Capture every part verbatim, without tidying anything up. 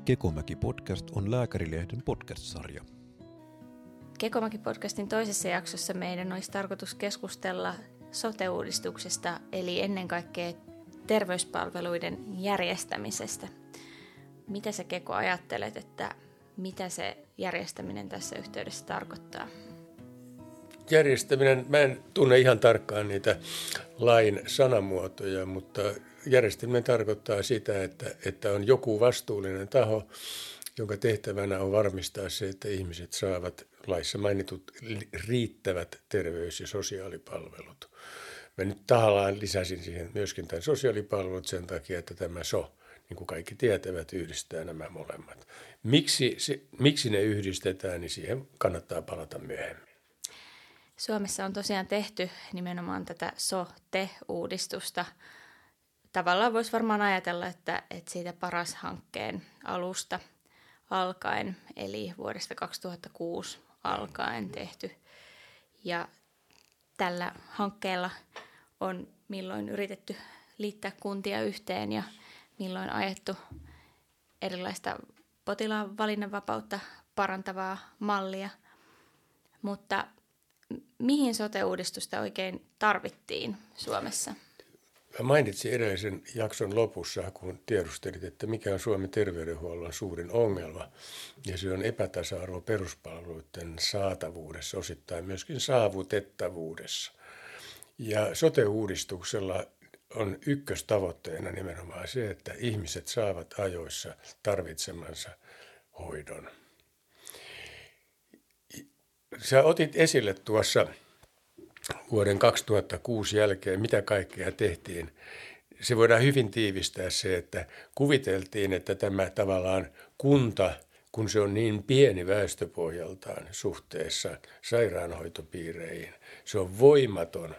Kekomäki-podcast on Lääkärilehden podcast-sarja. Kekomäki-podcastin toisessa jaksossa meidän olisi tarkoitus keskustella sote-uudistuksesta, eli ennen kaikkea terveyspalveluiden järjestämisestä. Mitä sä, Keko, ajattelet, että mitä se järjestäminen tässä yhteydessä tarkoittaa? Järjestäminen, mä en tunne ihan tarkkaan niitä lain sanamuotoja, mutta järjestäminen tarkoittaa sitä, että, että on joku vastuullinen taho, jonka tehtävänä on varmistaa se, että ihmiset saavat laissa mainitut riittävät terveys- ja sosiaalipalvelut. Mä nyt tahallaan lisäsin siihen myöskin tämän sosiaalipalvelut sen takia, että tämä so, niin kuin kaikki tietävät, yhdistää nämä molemmat. Miksi, se, miksi ne yhdistetään, niin siihen kannattaa palata myöhemmin. Suomessa on tosiaan tehty nimenomaan tätä sote-uudistusta. Tavallaan voisi varmaan ajatella, että, että siitä Paras-hankkeen alusta alkaen, eli vuodesta kaksituhattakuusi alkaen tehty. Ja tällä hankkeella on milloin yritetty liittää kuntia yhteen ja milloin ajettu erilaista potilaan valinnanvapautta parantavaa mallia. Mutta mihin sote-uudistusta oikein tarvittiin Suomessa? Mä mainitsin edellisen jakson lopussa, kun tiedustelit, että mikä on Suomen terveydenhuollon suurin ongelma. Ja se on epätasa-arvo peruspalveluiden saatavuudessa, osittain myöskin saavutettavuudessa. Ja sote-uudistuksella on ykköstavoitteena nimenomaan se, että ihmiset saavat ajoissa tarvitsemansa hoidon. Sä otit esille tuossa vuoden kaksituhattakuusi jälkeen, mitä kaikkea tehtiin. Se voidaan hyvin tiivistää se, että kuviteltiin, että tämä tavallaan kunta, kun se on niin pieni väestöpohjaltaan suhteessa sairaanhoitopiireihin, se on voimaton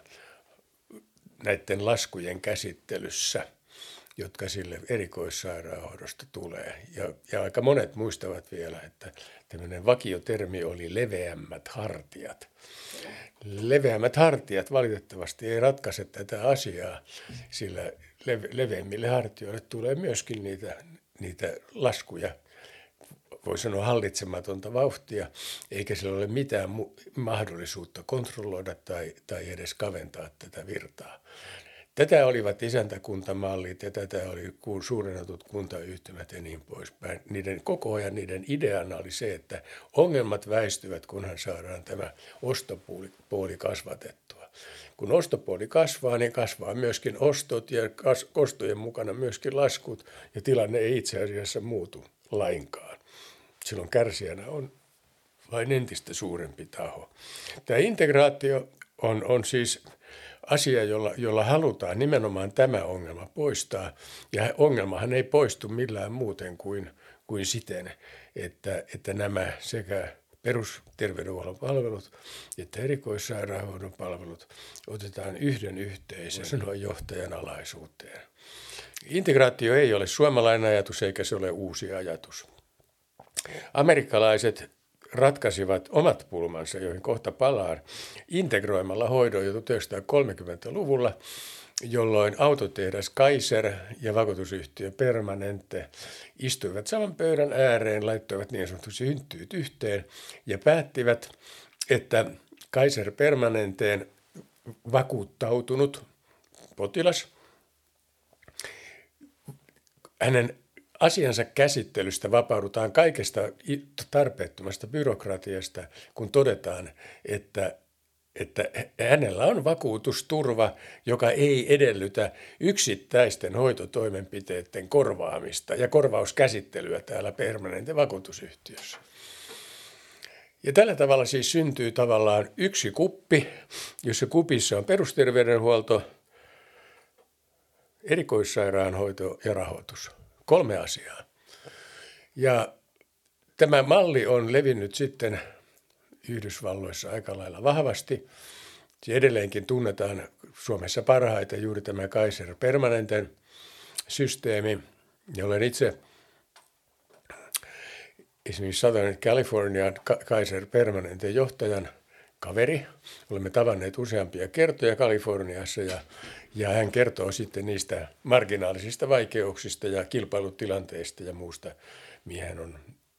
näiden laskujen käsittelyssä, jotka sille erikoissairaanhoidosta tulee. Ja, ja aika monet muistavat vielä, että tämmöinen vakiotermi oli leveämmät hartiat. Leveämmät hartiat valitettavasti ei ratkaise tätä asiaa, sillä leve, leveämmille hartioille tulee myöskin niitä, niitä laskuja, voi sanoa hallitsematonta vauhtia, eikä sillä ole mitään mu- mahdollisuutta kontrolloida tai, tai edes kaventaa tätä virtaa. Tätä olivat isäntäkuntamallit ja tätä oli suurennetut kuntayhtymät ja niin poispäin. Niiden koko ajan niiden ideana oli se, että ongelmat väistyvät, kunhan saadaan tämä ostopuoli kasvatettua. Kun ostopuoli kasvaa, niin kasvaa myöskin ostot ja kas- ostojen mukana myöskin laskut ja tilanne ei itse asiassa muutu lainkaan. Silloin kärsijänä on vain entistä suurempi taho. Tämä integraatio on, on siis asia, jolla, jolla halutaan nimenomaan tämä ongelma poistaa. Ja ongelmahan ei poistu millään muuten kuin, kuin siten, että, että nämä sekä perusterveydenhuollon palvelut että erikoissairaanhoidon palvelut otetaan yhden yhteisen sanoa johtajan alaisuuteen. Integraatio ei ole suomalainen ajatus eikä se ole uusi ajatus. Amerikkalaiset ratkaisivat omat pulmansa, joihin kohta palaan, integroimalla hoidon jo tuhatyhdeksänsataakolmekymmentäluvulla, jolloin autotehdas Kaiser ja vakuutusyhtiö Permanente istuivat saman pöydän ääreen, laittoivat niin sanotusti hynttyyt yhteen ja päättivät, että Kaiser Permanenteen vakuuttautunut potilas, hänen asiansa käsittelystä vapaudutaan kaikesta tarpeettomasta byrokratiasta, kun todetaan, että, että hänellä on vakuutusturva, joka ei edellytä yksittäisten hoitotoimenpiteiden korvaamista ja korvauskäsittelyä täällä Permanente vakuutusyhtiössä. Ja tällä tavalla siis syntyy tavallaan yksi kuppi, jossa kupissa on perusterveydenhuolto, erikoissairaanhoito ja rahoitus. Kolme asiaa. Ja tämä malli on levinnyt sitten Yhdysvalloissa aika lailla vahvasti. Se edelleenkin tunnetaan Suomessa parhaiten juuri tämä Kaiser Permanenten systeemi, jolle itse esimerkiksi Southern Californian Kaiser Permanenten johtajan kaveri. Olemme tavanneet useampia kertoja Kaliforniassa ja, ja hän kertoo sitten niistä marginaalisista vaikeuksista ja kilpailutilanteista ja muusta, mihin on,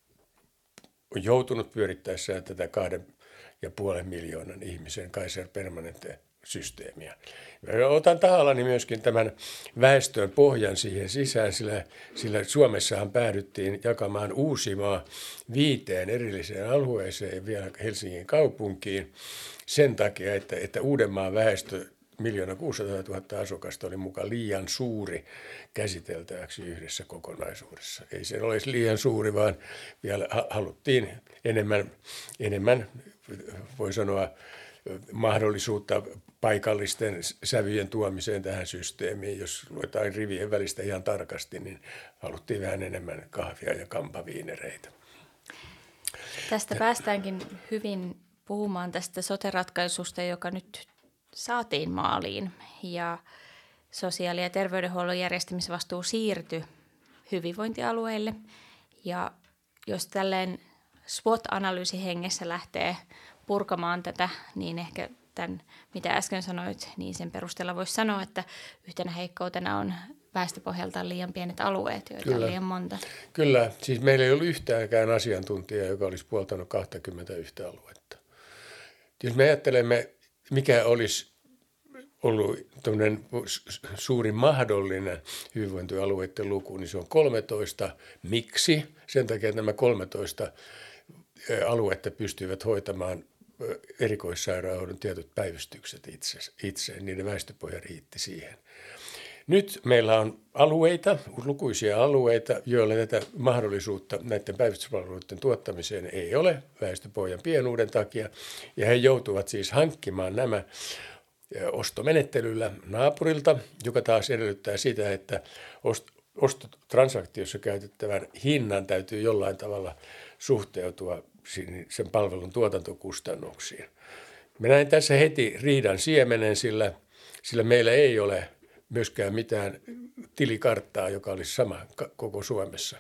on joutunut pyörittäessään tätä kahden ja puolen miljoonan ihmisen Kaiser Permanente systeemiä. Otan tahallani myöskin tämän väestön pohjan siihen sisään, sillä, sillä Suomessahan päädyttiin jakamaan Uusimaa viiteen erilliseen alueeseen vielä Helsingin kaupunkiin sen takia, että, että Uudenmaan väestö miljoona kuusisataatuhatta asukasta oli mukaan liian suuri käsiteltäväksi yhdessä kokonaisuudessa. Ei se ole liian suuri, vaan vielä haluttiin enemmän, enemmän voi sanoa, mahdollisuutta paikallisten sävyjen tuomiseen tähän systeemiin. Jos luetaan rivien välistä ihan tarkasti, niin haluttiin vähän enemmän kahvia ja kampaviinereitä. Tästä ja, päästäänkin hyvin puhumaan tästä sote-ratkaisusta, joka nyt saatiin maaliin. Ja sosiaali- ja terveydenhuollon järjestämisvastuu siirtyi hyvinvointialueille. Ja jos tälleen S W O T-analyysi hengessä lähtee purkamaan tätä, niin ehkä tämän, mitä äsken sanoit, niin sen perusteella voisi sanoa, että yhtenä heikkoutena on väestöpohjaltaan liian pienet alueet, joita Kyllä. on liian monta. Kyllä, siis meillä ei ollut yhtäänkään asiantuntijaa, joka olisi puoltanut kaksikymmentäyksi aluetta. Jos me ajattelemme, mikä olisi ollut tämmöinen suuri mahdollinen hyvinvointialueiden luku, niin se on kolmetoista. Miksi? Sen takia, että nämä kolmetoista aluetta pystyivät hoitamaan erikoissairaanhoidon tietyt päivystykset itse, itse. Niiden väestöpohja riitti siihen. Nyt meillä on alueita, lukuisia alueita, joilla tätä mahdollisuutta näiden päivystyspalveluiden tuottamiseen ei ole väestöpohjan pienuuden takia. Ja he joutuvat siis hankkimaan nämä ostomenettelyllä naapurilta, joka taas edellyttää sitä, että ostotransaktiossa käytettävän hinnan täytyy jollain tavalla suhteutua sen palvelun tuotantokustannuksiin. Mä näin tässä heti riidan siemenen, sillä, sillä meillä ei ole myöskään mitään tilikarttaa, joka olisi sama koko Suomessa.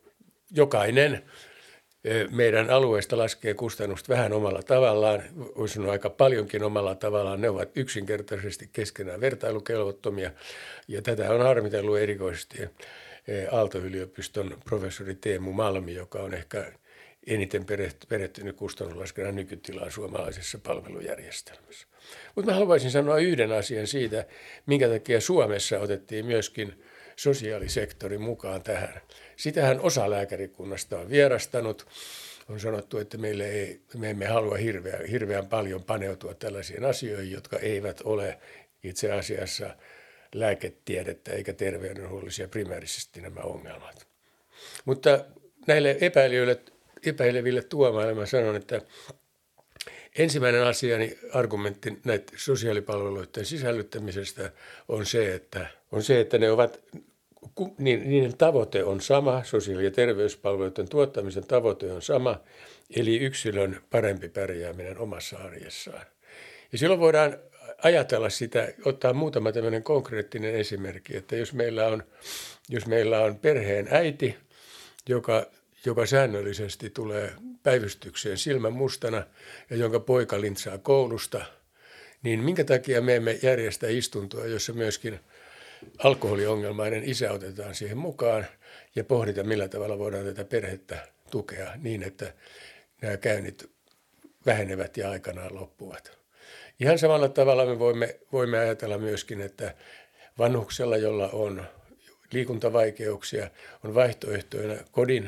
Jokainen meidän alueesta laskee kustannusta vähän omalla tavallaan, voisi sanoa aika paljonkin omalla tavallaan. Ne ovat yksinkertaisesti keskenään vertailukelvottomia, ja tätä on harmitellut erikoisesti Aalto-yliopiston professori Teemu Malmi, joka on ehkä eniten perehtynyt kustannuslaskennan nykytilaan suomalaisessa palvelujärjestelmässä. Mutta mä haluaisin sanoa yhden asian siitä, minkä takia Suomessa otettiin myöskin sosiaalisektori mukaan tähän. Sitähän osa lääkärikunnasta on vierastanut. On sanottu, että meille ei, me emme halua hirveän, hirveän paljon paneutua tällaisiin asioihin, jotka eivät ole itse asiassa lääketiedettä eikä terveydenhuollollisia primäärisesti nämä ongelmat. Mutta näille epäilijöille, epäileville tuomaille mä sanon, että ensimmäinen asiani argumentti näiden sosiaalipalveluiden sisällyttämisestä on se, että, on se, että ne ovat, niin, niiden tavoite on sama, sosiaali- ja terveyspalveluiden tuottamisen tavoite on sama, eli yksilön parempi pärjääminen omassa arjessaan. Ja silloin voidaan ajatella sitä, ottaa muutama tämmöinen konkreettinen esimerkki, että jos meillä on, jos meillä on perheen äiti, joka joka säännöllisesti tulee päivystykseen silmän mustana ja jonka poika lintsaa koulusta, niin minkä takia me emme järjestä istuntoa, jossa myöskin alkoholiongelmainen isä otetaan siihen mukaan ja pohdita, millä tavalla voidaan tätä perhettä tukea niin, että nämä käynnit vähenevät ja aikanaan loppuvat. Ihan samalla tavalla me voimme, voimme ajatella myöskin, että vanhuksella, jolla on liikuntavaikeuksia, on vaihtoehtoina kodin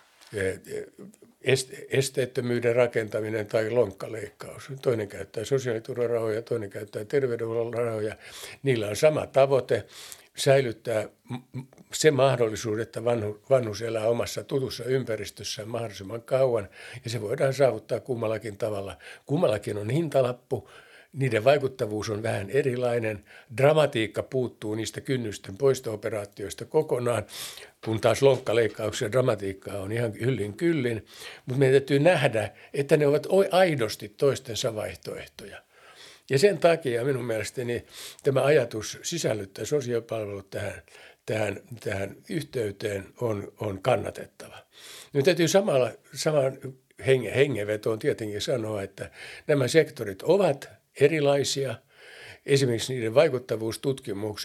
esteettömyyden rakentaminen tai lonkkaleikkaus. Toinen käyttää sosiaaliturvarahoja, toinen käyttää terveydenhuollon rahoja. Niillä on sama tavoite, säilyttää se mahdollisuus, että vanhus elää omassa tutussa ympäristössään mahdollisimman kauan, ja se voidaan saavuttaa kummallakin tavalla. Kummallakin on hintalappu. Niiden vaikuttavuus on vähän erilainen. Dramatiikka puuttuu niistä kynnysten poisto-operaatioista kokonaan, kun taas lonkkaleikkauksia dramatiikkaa on ihan yllin kyllin. Mutta meidän täytyy nähdä, että ne ovat aidosti toistensa vaihtoehtoja. Ja sen takia minun mielestäni tämä ajatus sisällyttää sosiaalipalvelut tähän, tähän, tähän yhteyteen on, on kannatettava. Nyt täytyy samalla, saman henge, hengenvetoon tietenkin sanoa, että nämä sektorit ovat erilaisia. Esimerkiksi niiden vaikuttavuustutkimukset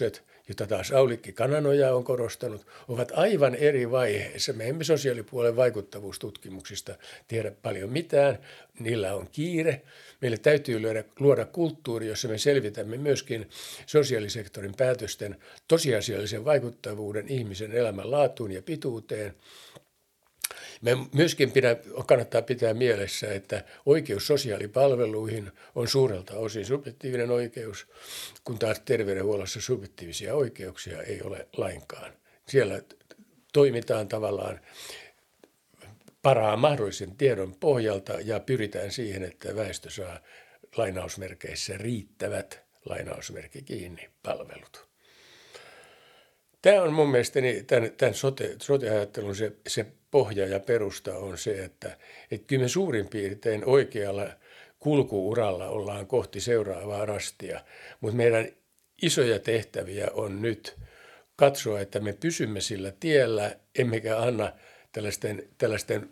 jota taas Aulikki Kananoja on korostanut, ovat aivan eri vaiheissa. Me emme sosiaalipuolen vaikuttavuustutkimuksista tiedä paljon mitään, niillä on kiire. Meille täytyy luoda, luoda kulttuuri, jossa me selvitämme myöskin sosiaalisektorin päätösten tosiasiallisen vaikuttavuuden ihmisen elämän laatuun ja pituuteen. Me myöskin pidä, kannattaa pitää mielessä, että oikeus sosiaalipalveluihin on suurelta osin subjektiivinen oikeus, kun taas terveydenhuollossa subjektiivisia oikeuksia ei ole lainkaan. Siellä toimitaan tavallaan parhaan mahdollisen tiedon pohjalta ja pyritään siihen, että väestö saa lainausmerkeissä riittävät lainausmerkki kiinni palvelut. Tämä on mun mielestäni tämän, tämän sote, sote-ajattelun se, se pohja ja perusta on se, että, että kyllä me suurin piirtein oikealla kulkuuralla ollaan kohti seuraavaa rastia, mutta meidän isoja tehtäviä on nyt katsoa, että me pysymme sillä tiellä, emmekä anna tällaisten, tällaisten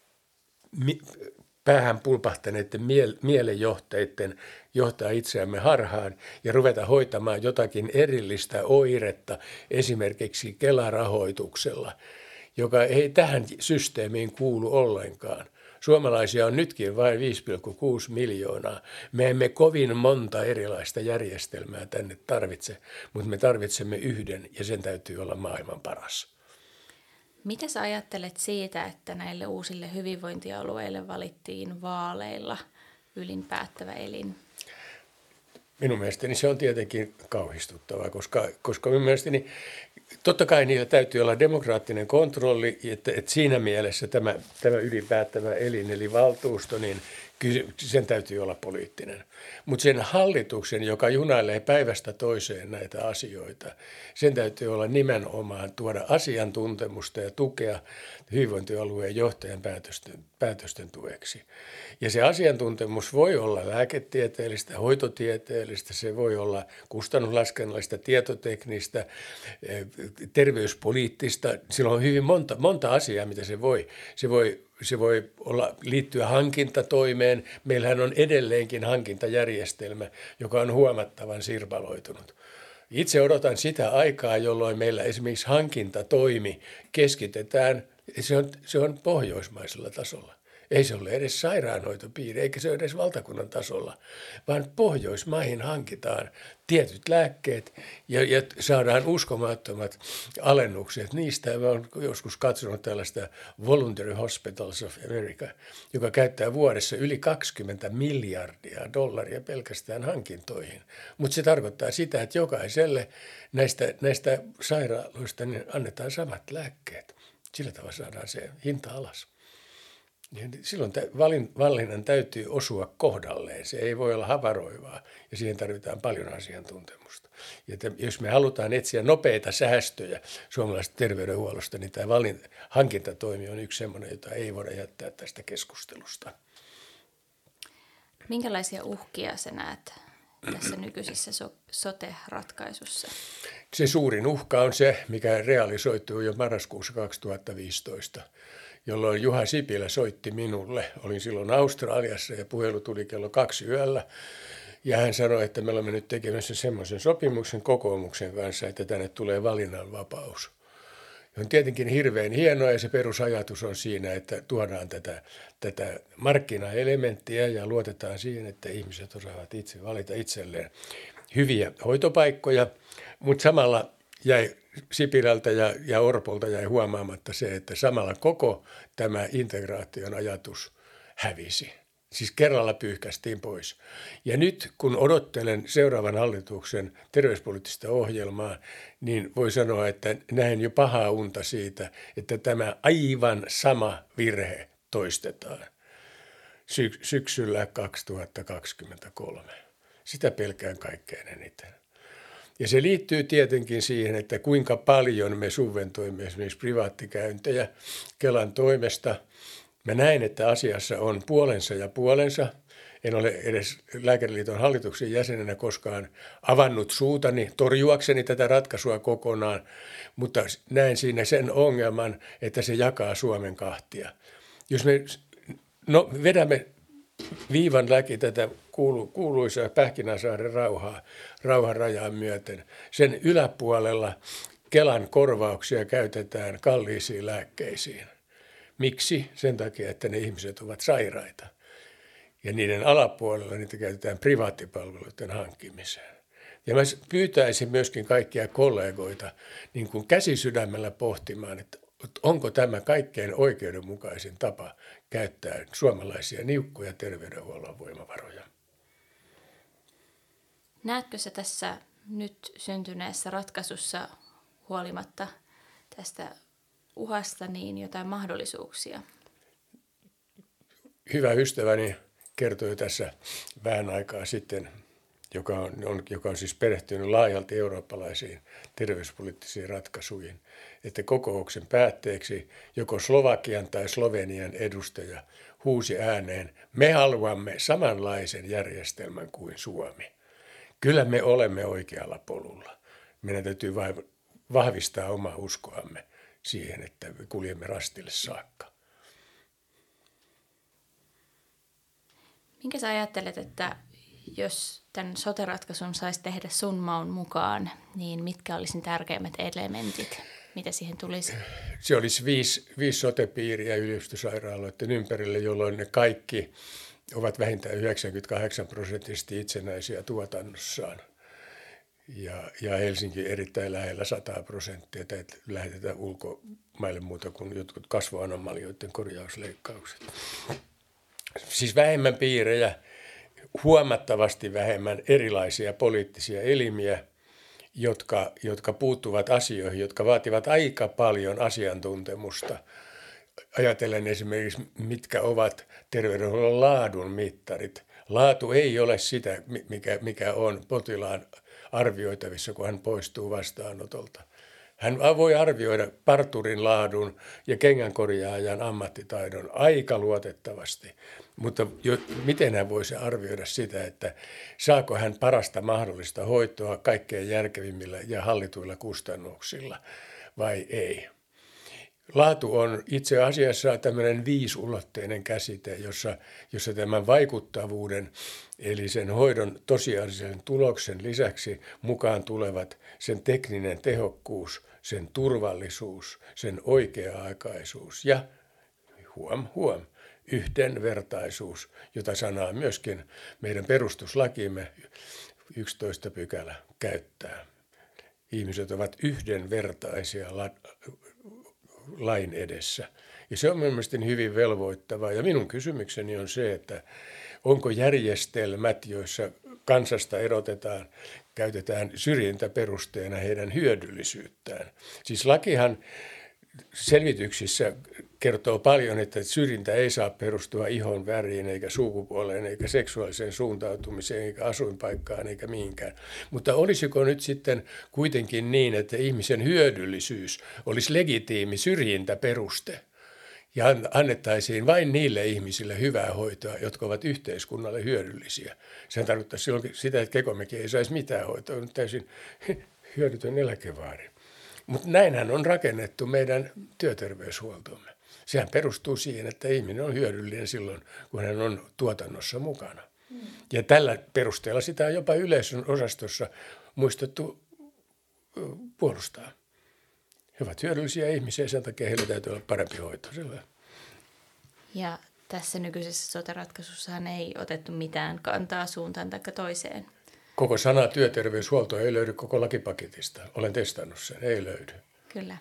päähän pulpahtaneiden mielenjohteiden johtaa itseämme harhaan ja ruveta hoitamaan jotakin erillistä oiretta esimerkiksi Kela-rahoituksella, joka ei tähän systeemiin kuulu ollenkaan. Suomalaisia on nytkin vain viisi pilkku kuusi miljoonaa. Me emme kovin monta erilaista järjestelmää tänne tarvitse, mutta me tarvitsemme yhden ja sen täytyy olla maailman paras. Mitä sä ajattelet siitä, että näille uusille hyvinvointialueille valittiin vaaleilla ylin päättävä elin? Minun mielestäni se on tietenkin kauhistuttavaa, koska, koska minun mielestäni totta kai niillä täytyy olla demokraattinen kontrolli, että, että siinä mielessä tämä, tämä ylipäättävä elin eli valtuusto, niin kyllä sen täytyy olla poliittinen. Mutta sen hallituksen, joka junailee päivästä toiseen näitä asioita, sen täytyy olla nimenomaan tuoda asiantuntemusta ja tukea hyvinvointialueen johtajan päätösten, päätösten tueksi. Ja se asiantuntemus voi olla lääketieteellistä, hoitotieteellistä, se voi olla kustannuslaskennallista, tietoteknistä, terveyspoliittista. Sillä on hyvin monta, monta asiaa, mitä se voi. Se voi Se voi olla, liittyä hankintatoimeen. Meillähän on edelleenkin hankintajärjestelmä, joka on huomattavan sirpaloitunut. Itse odotan sitä aikaa, jolloin meillä esimerkiksi hankintatoimi keskitetään. Se on, se on pohjoismaisella tasolla. Ei se ole edes sairaanhoitopiiri, eikä se ole edes valtakunnan tasolla, vaan Pohjoismaihin hankitaan tietyt lääkkeet ja, ja saadaan uskomattomat alennukset. Niistä olen joskus katsonut tällaista Voluntary Hospitals of America, joka käyttää vuodessa yli kaksikymmentä miljardia dollaria pelkästään hankintoihin. Mutta se tarkoittaa sitä, että jokaiselle näistä, näistä sairaaloista niin annetaan samat lääkkeet. Sillä tavalla saadaan se hinta alas. Silloin valinnan täytyy osua kohdalleen. Se ei voi olla havaroivaa ja siihen tarvitaan paljon asiantuntemusta. Ja jos me halutaan etsiä nopeita säästöjä suomalaisesta terveydenhuollosta, niin tämä valinta, hankintatoimi on yksi sellainen, jota ei voida jättää tästä keskustelusta. Minkälaisia uhkia sä näet tässä nykyisessä so- sote-ratkaisussa? Se suurin uhka on se, mikä realisoituu jo marraskuussa kaksituhattaviisitoista. Jolloin Juha Sipilä soitti minulle. Olin silloin Australiassa ja puhelu tuli kello kaksi yöllä. Ja hän sanoi, että me olemme nyt tekemässä semmoisen sopimuksen kokoomuksen kanssa, että tänne tulee valinnanvapaus. On tietenkin hirveän hienoa ja se perusajatus on siinä, että tuodaan tätä, tätä markkinaelementtiä ja luotetaan siihen, että ihmiset osaavat itse valita itselleen hyviä hoitopaikkoja, mutta samalla jäi Sipilältä ja, ja Orpolta jäi huomaamatta se, että samalla koko tämä integraation ajatus hävisi. Siis kerralla pyyhkästiin pois. Ja nyt kun odottelen seuraavan hallituksen terveyspoliittista ohjelmaa, niin voi sanoa, että näen jo pahaa unta siitä, että tämä aivan sama virhe toistetaan sy- syksyllä kaksituhattakaksikymmentäkolme. Sitä pelkään kaikkein eniten. Ja se liittyy tietenkin siihen, että kuinka paljon me subventoimme esimerkiksi privaattikäyntejä Kelan toimesta. Mä näen, että asiassa on puolensa ja puolensa. En ole edes Lääkäriliiton hallituksen jäsenenä koskaan avannut suutani torjuakseni tätä ratkaisua kokonaan, mutta näen siinä sen ongelman, että se jakaa Suomen kahtia. Jos me no, vedämme viivan läpi tätä kuulu, kuuluisa Pähkinäsaaren rauhaa, rauhan rajaan myöten. Sen yläpuolella Kelan korvauksia käytetään kalliisiin lääkkeisiin. Miksi? Sen takia, että ne ihmiset ovat sairaita. Ja niiden alapuolella niitä käytetään privaattipalveluiden hankkimiseen. Ja mä pyytäisin myöskin kaikkia kollegoita niin kuin käsisydämellä pohtimaan, että onko tämä kaikkein oikeudenmukaisin tapa käyttää suomalaisia niukkoja terveydenhuollon voimavaroja. Näetkö sä tässä nyt syntyneessä ratkaisussa huolimatta tästä uhasta niin jotain mahdollisuuksia? Hyvä ystäväni kertoi tässä vähän aikaa sitten, joka on, on, joka on siis perehtynyt laajalti eurooppalaisiin terveyspoliittisiin ratkaisuihin, että kokouksen päätteeksi joko Slovakian tai Slovenian edustaja huusi ääneen, me haluamme samanlaisen järjestelmän kuin Suomi. Kyllä me olemme oikealla polulla. Meidän täytyy vain vahvistaa omaa uskoamme siihen, että me kuljemme rastille saakka. Minkä sä ajattelet, että jos tämän sote-ratkaisun saisi tehdä sun maun mukaan, niin mitkä olisi tärkeimmät elementit, mitä siihen tulisi? Se olisi viisi, viisi sote-piiriä yliopistosairaaloiden ympärille, jolloin ne kaikki ovat vähintään yhdeksänkymmentäkahdeksan prosenttisesti itsenäisiä tuotannossaan. Ja, ja Helsinki erittäin lähellä sata prosenttia, että lähetetään ulkomaille muuta kuin jotkut kasvoanomalioiden korjausleikkaukset. Siis vähemmän piirejä, huomattavasti vähemmän erilaisia poliittisia elimiä, jotka, jotka puuttuvat asioihin, jotka vaativat aika paljon asiantuntemusta. Ajatellen esimerkiksi, mitkä ovat terveydenhuollon laadun mittarit. Laatu ei ole sitä, mikä, mikä on potilaan arvioitavissa, kun hän poistuu vastaanotolta. Hän voi arvioida parturin laadun ja kengänkorjaajan ammattitaidon aika luotettavasti, mutta jo, miten hän voisi arvioida sitä, että saako hän parasta mahdollista hoitoa kaikkein järkevimmillä ja hallituilla kustannuksilla vai ei. Laatu on itse asiassa tämmöinen viisulotteinen käsite, jossa, jossa tämän vaikuttavuuden eli sen hoidon tosiasiallisen tuloksen lisäksi mukaan tulevat sen tekninen tehokkuus, sen turvallisuus, sen oikea-aikaisuus ja huom, huom, yhdenvertaisuus, jota sanaa myöskin meidän perustuslakimme yksitoista pykälä käyttää. Ihmiset ovat yhdenvertaisia la- lain edessä. Ja se on mielestäni hyvin velvoittavaa. Ja minun kysymykseni on se, että onko järjestelmät, joissa kansasta erotetaan, käytetään syrjintäperusteena heidän hyödyllisyyttään. Siis lakihan selvityksissä kertoo paljon, että syrjintä ei saa perustua ihon väriin, eikä sukupuoleen, eikä seksuaaliseen suuntautumiseen, eikä asuinpaikkaan, eikä mihinkään. Mutta olisiko nyt sitten kuitenkin niin, että ihmisen hyödyllisyys olisi legitiimi syrjintäperuste ja annettaisiin vain niille ihmisille hyvää hoitoa, jotka ovat yhteiskunnalle hyödyllisiä? Sehän tarkoittaa silloin sitä, että Kekomäki ei saisi mitään hoitoa, on täysin hyödytön eläkevaari. Mutta näinhän on rakennettu meidän työterveyshuoltomme. Sehän perustuu siihen, että ihminen on hyödyllinen silloin, kun hän on tuotannossa mukana. Mm. Ja tällä perusteella sitä on jopa yleisön osastossa muistettu puolustaa. He ovat hyödyllisiä ihmisiä, sen takia heillä täytyy olla parempi hoito. Ja tässä nykyisessä sote-ratkaisussahan ei otettu mitään kantaa suuntaan tai toiseen. Koko sana työterveyshuolto ei löydy koko lakipaketista. Olen testannut sen, ei löydy. Kyllä.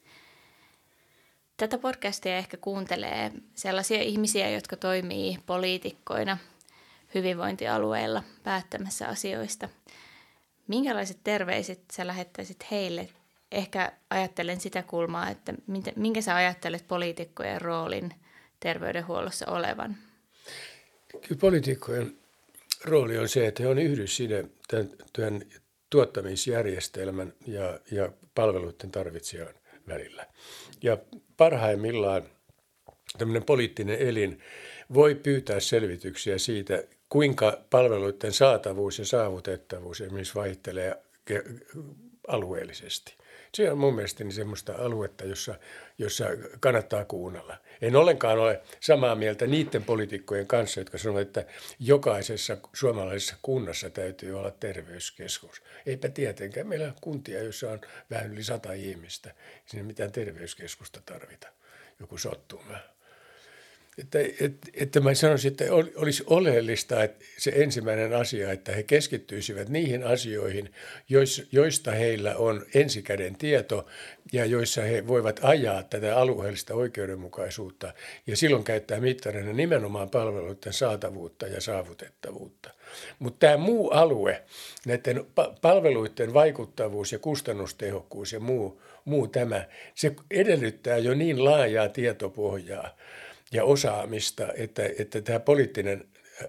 Tätä podcastia ehkä kuuntelee sellaisia ihmisiä, jotka toimii poliitikkoina hyvinvointialueilla päättämässä asioista. Minkälaiset terveiset sä lähettäisit heille? Ehkä ajattelen sitä kulmaa, että minkä sä ajattelet poliitikkojen roolin terveydenhuollossa olevan? Kyllä poliitikkojen rooli on se, että he on yhdysside tämän, tämän tuottamisjärjestelmän ja, ja palveluiden tarvitsijan välillä. Ja parhaimmillaan tämmöinen poliittinen elin voi pyytää selvityksiä siitä, kuinka palveluiden saatavuus ja saavutettavuus esimerkiksi vaihtelee alueellisesti. Se on mun mielestäni semmoista aluetta, jossa, jossa kannattaa kuunnella. En ollenkaan ole samaa mieltä niiden poliitikkojen kanssa, jotka sanovat, että jokaisessa suomalaisessa kunnassa täytyy olla terveyskeskus. Eipä tietenkään. Meillä on kuntia, joissa on vähän yli sata ihmistä. Siinä mitään terveyskeskusta tarvita. Joku sottuma. Että, että, että mä sanoisin, että olisi oleellista, että se ensimmäinen asia, että he keskittyisivät niihin asioihin, joista heillä on ensikäden tieto ja joissa he voivat ajaa tätä alueellista oikeudenmukaisuutta ja silloin käyttää mittarina nimenomaan palveluiden saatavuutta ja saavutettavuutta. Mutta tämä muu alue, näiden palveluiden vaikuttavuus ja kustannustehokkuus ja muu, muu tämä, se edellyttää jo niin laajaa tietopohjaa ja osaamista, että, että tämä poliittinen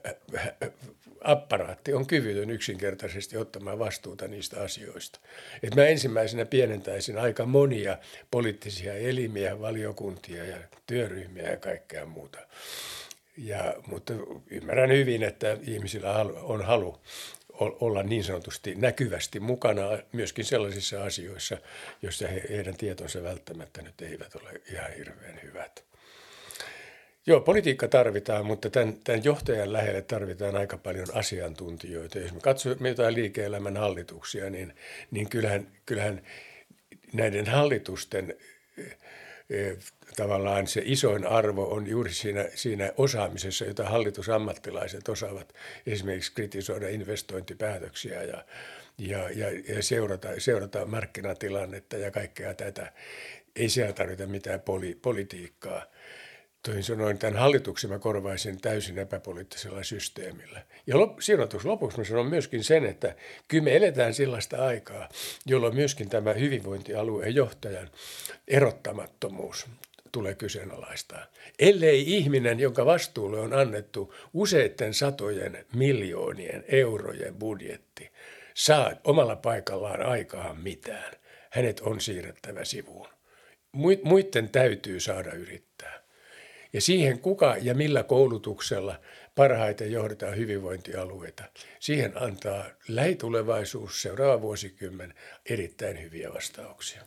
apparaatti on kyvytön yksinkertaisesti ottamaan vastuuta niistä asioista. Et mä ensimmäisenä pienentäisin aika monia poliittisia elimiä, valiokuntia ja työryhmiä ja kaikkea muuta. Ja, mutta ymmärrän hyvin, että ihmisillä on halu olla niin sanotusti näkyvästi mukana myöskin sellaisissa asioissa, joissa he, heidän tietonsa välttämättä nyt eivät ole ihan hirveän hyvät. Joo, politiikka tarvitaan, mutta tämän, tämän johtajan lähelle tarvitaan aika paljon asiantuntijoita. Jos me katsomme jotain liike-elämän hallituksia, niin, niin kyllähän, kyllähän näiden hallitusten eh, tavallaan se isoin arvo on juuri siinä, siinä osaamisessa, jota hallitusammattilaiset osaavat esimerkiksi kritisoida investointipäätöksiä ja, ja, ja, ja seurata, seurata markkinatilannetta ja kaikkea tätä. Ei siellä tarvita mitään poli, politiikkaa. Toisin sanoen tämän hallituksen mä korvaisin täysin epäpoliittisella systeemillä. Ja lop, sijoitus lopuksi mä sanon myöskin sen, että kyllä me eletään sellaista aikaa, jolloin myöskin tämä hyvinvointialueen johtajan erottamattomuus tulee kyseenalaistaa. Ellei ihminen, jonka vastuulle on annettu useiden satojen miljoonien eurojen budjetti, saa omalla paikallaan aikaan mitään, hänet on siirrettävä sivuun. Muiden täytyy saada yrittää. Ja siihen kuka ja millä koulutuksella parhaiten johdetaan hyvinvointialueita, siihen antaa lähitulevaisuus, seuraava vuosikymmen, erittäin hyviä vastauksia.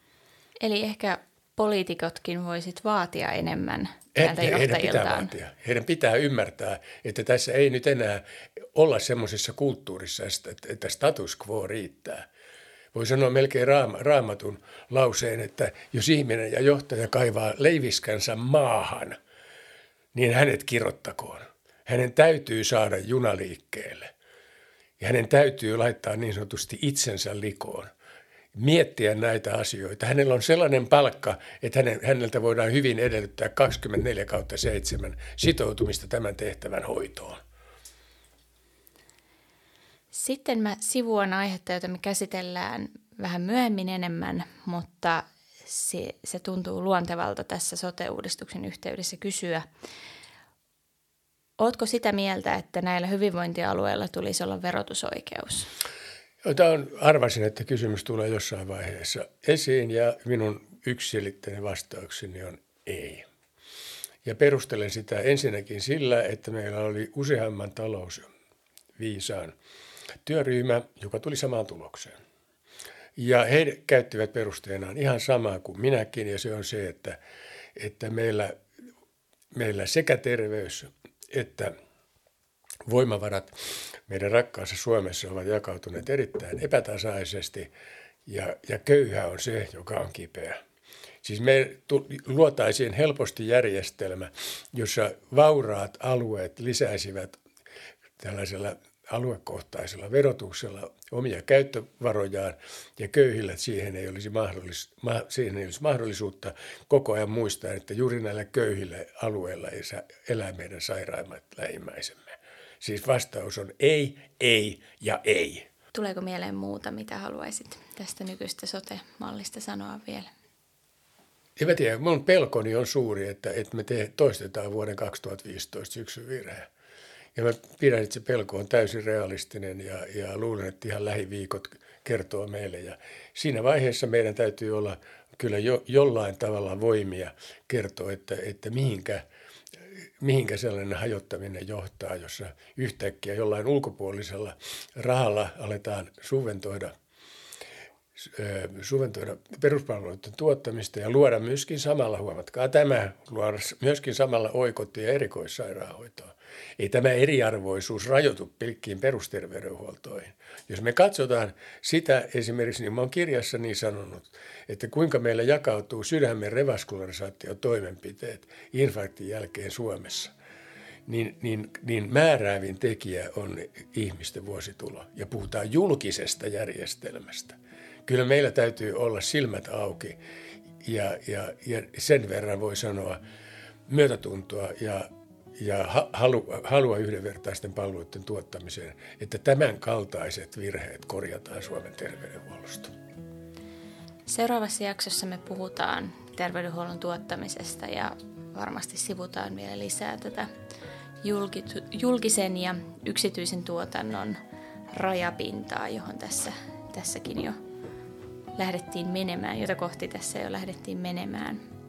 Eli ehkä poliitikotkin voisit vaatia enemmän näiltä Heidän johtajiltaan. pitää vaatia. Heidän pitää ymmärtää, että tässä ei nyt enää olla semmoisessa kulttuurissa, että status quo riittää. Voi sanoa melkein raama, raamatun lauseen, että jos ihminen ja johtaja kaivaa leiviskänsä maahan, niin hänet kirjoittakoon. Hänen täytyy saada juna liikkeelle ja hänen täytyy laittaa niin sanotusti itsensä likoon. Miettiä näitä asioita. Hänellä on sellainen palkka, että häneltä voidaan hyvin edellyttää kaksikymmentäneljä kautta seitsemän sitoutumista tämän tehtävän hoitoon. Sitten mä sivuan aihetta, jota me käsitellään vähän myöhemmin enemmän, mutta se, se tuntuu luontevalta tässä sote-uudistuksen yhteydessä kysyä. Ootko sitä mieltä, että näillä hyvinvointialueilla tulisi olla verotusoikeus? Tämä on, arvasin, että kysymys tulee jossain vaiheessa esiin ja minun yksiselitteinen vastaukseni on ei. Ja perustelen sitä ensinnäkin sillä, että meillä oli useamman talousviisaan työryhmä, joka tuli samaan tulokseen. Ja he käyttivät perusteenaan ihan samaa kuin minäkin, ja se on se, että, että meillä, meillä sekä terveys että voimavarat meidän rakkaassa Suomessa ovat jakautuneet erittäin epätasaisesti, ja, ja köyhä on se, joka on kipeä. Siis me luotaisiin helposti järjestelmä, jossa vauraat alueet lisäisivät tällaisella aluekohtaisella verotuksella omia käyttövarojaan ja köyhillä siihen ei olisi, mahdollis, ma, siihen ei olisi mahdollisuutta koko ajan muistaa, että juuri näillä köyhillä alueilla ei saa elää meidän sairaimmat lähimmäisemme. Siis vastaus on ei, ei ja ei. Tuleeko mieleen muuta, mitä haluaisit tästä nykyistä sote-mallista sanoa vielä? En mä tiedä, mun pelkoni on suuri, että, että me te, toistetaan vuoden kaksituhattaviisitoista syksyn virhe. Ja mä pidän, että se pelko on täysin realistinen ja, ja luulen, että ihan lähiviikot kertoo meille. Ja siinä vaiheessa meidän täytyy olla kyllä jo, jollain tavalla voimia kertoa, että, että mihinkä, mihinkä sellainen hajottaminen johtaa, jossa yhtäkkiä jollain ulkopuolisella rahalla aletaan subventoida, subventoida peruspalveluiden tuottamista ja luoda myöskin samalla, huomatkaa tämä, luoda myöskin samalla oikotie- ja erikoissairaanhoitoa. Ei tämä eriarvoisuus rajoitu pilkkiin perusterveydenhuoltoihin. Jos me katsotaan sitä esimerkiksi, niin mä oon kirjassani sanonut, että kuinka meillä jakautuu sydämen revaskularisaatiotoimenpiteet infarktin jälkeen Suomessa, niin, niin, niin määräävin tekijä on ihmisten vuositulo. Ja puhutaan julkisesta järjestelmästä. Kyllä meillä täytyy olla silmät auki ja, ja, ja sen verran voi sanoa myötätuntoa ja ja halua yhdenvertaisten palveluiden tuottamiseen, että tämän kaltaiset virheet korjataan Suomen terveydenhuollosta. Seuraavassa jaksossa me puhutaan terveydenhuollon tuottamisesta ja varmasti sivutaan vielä lisää tätä julkisen ja yksityisen tuotannon rajapintaa, johon tässä, tässäkin jo lähdettiin menemään, jota kohti tässä jo lähdettiin menemään.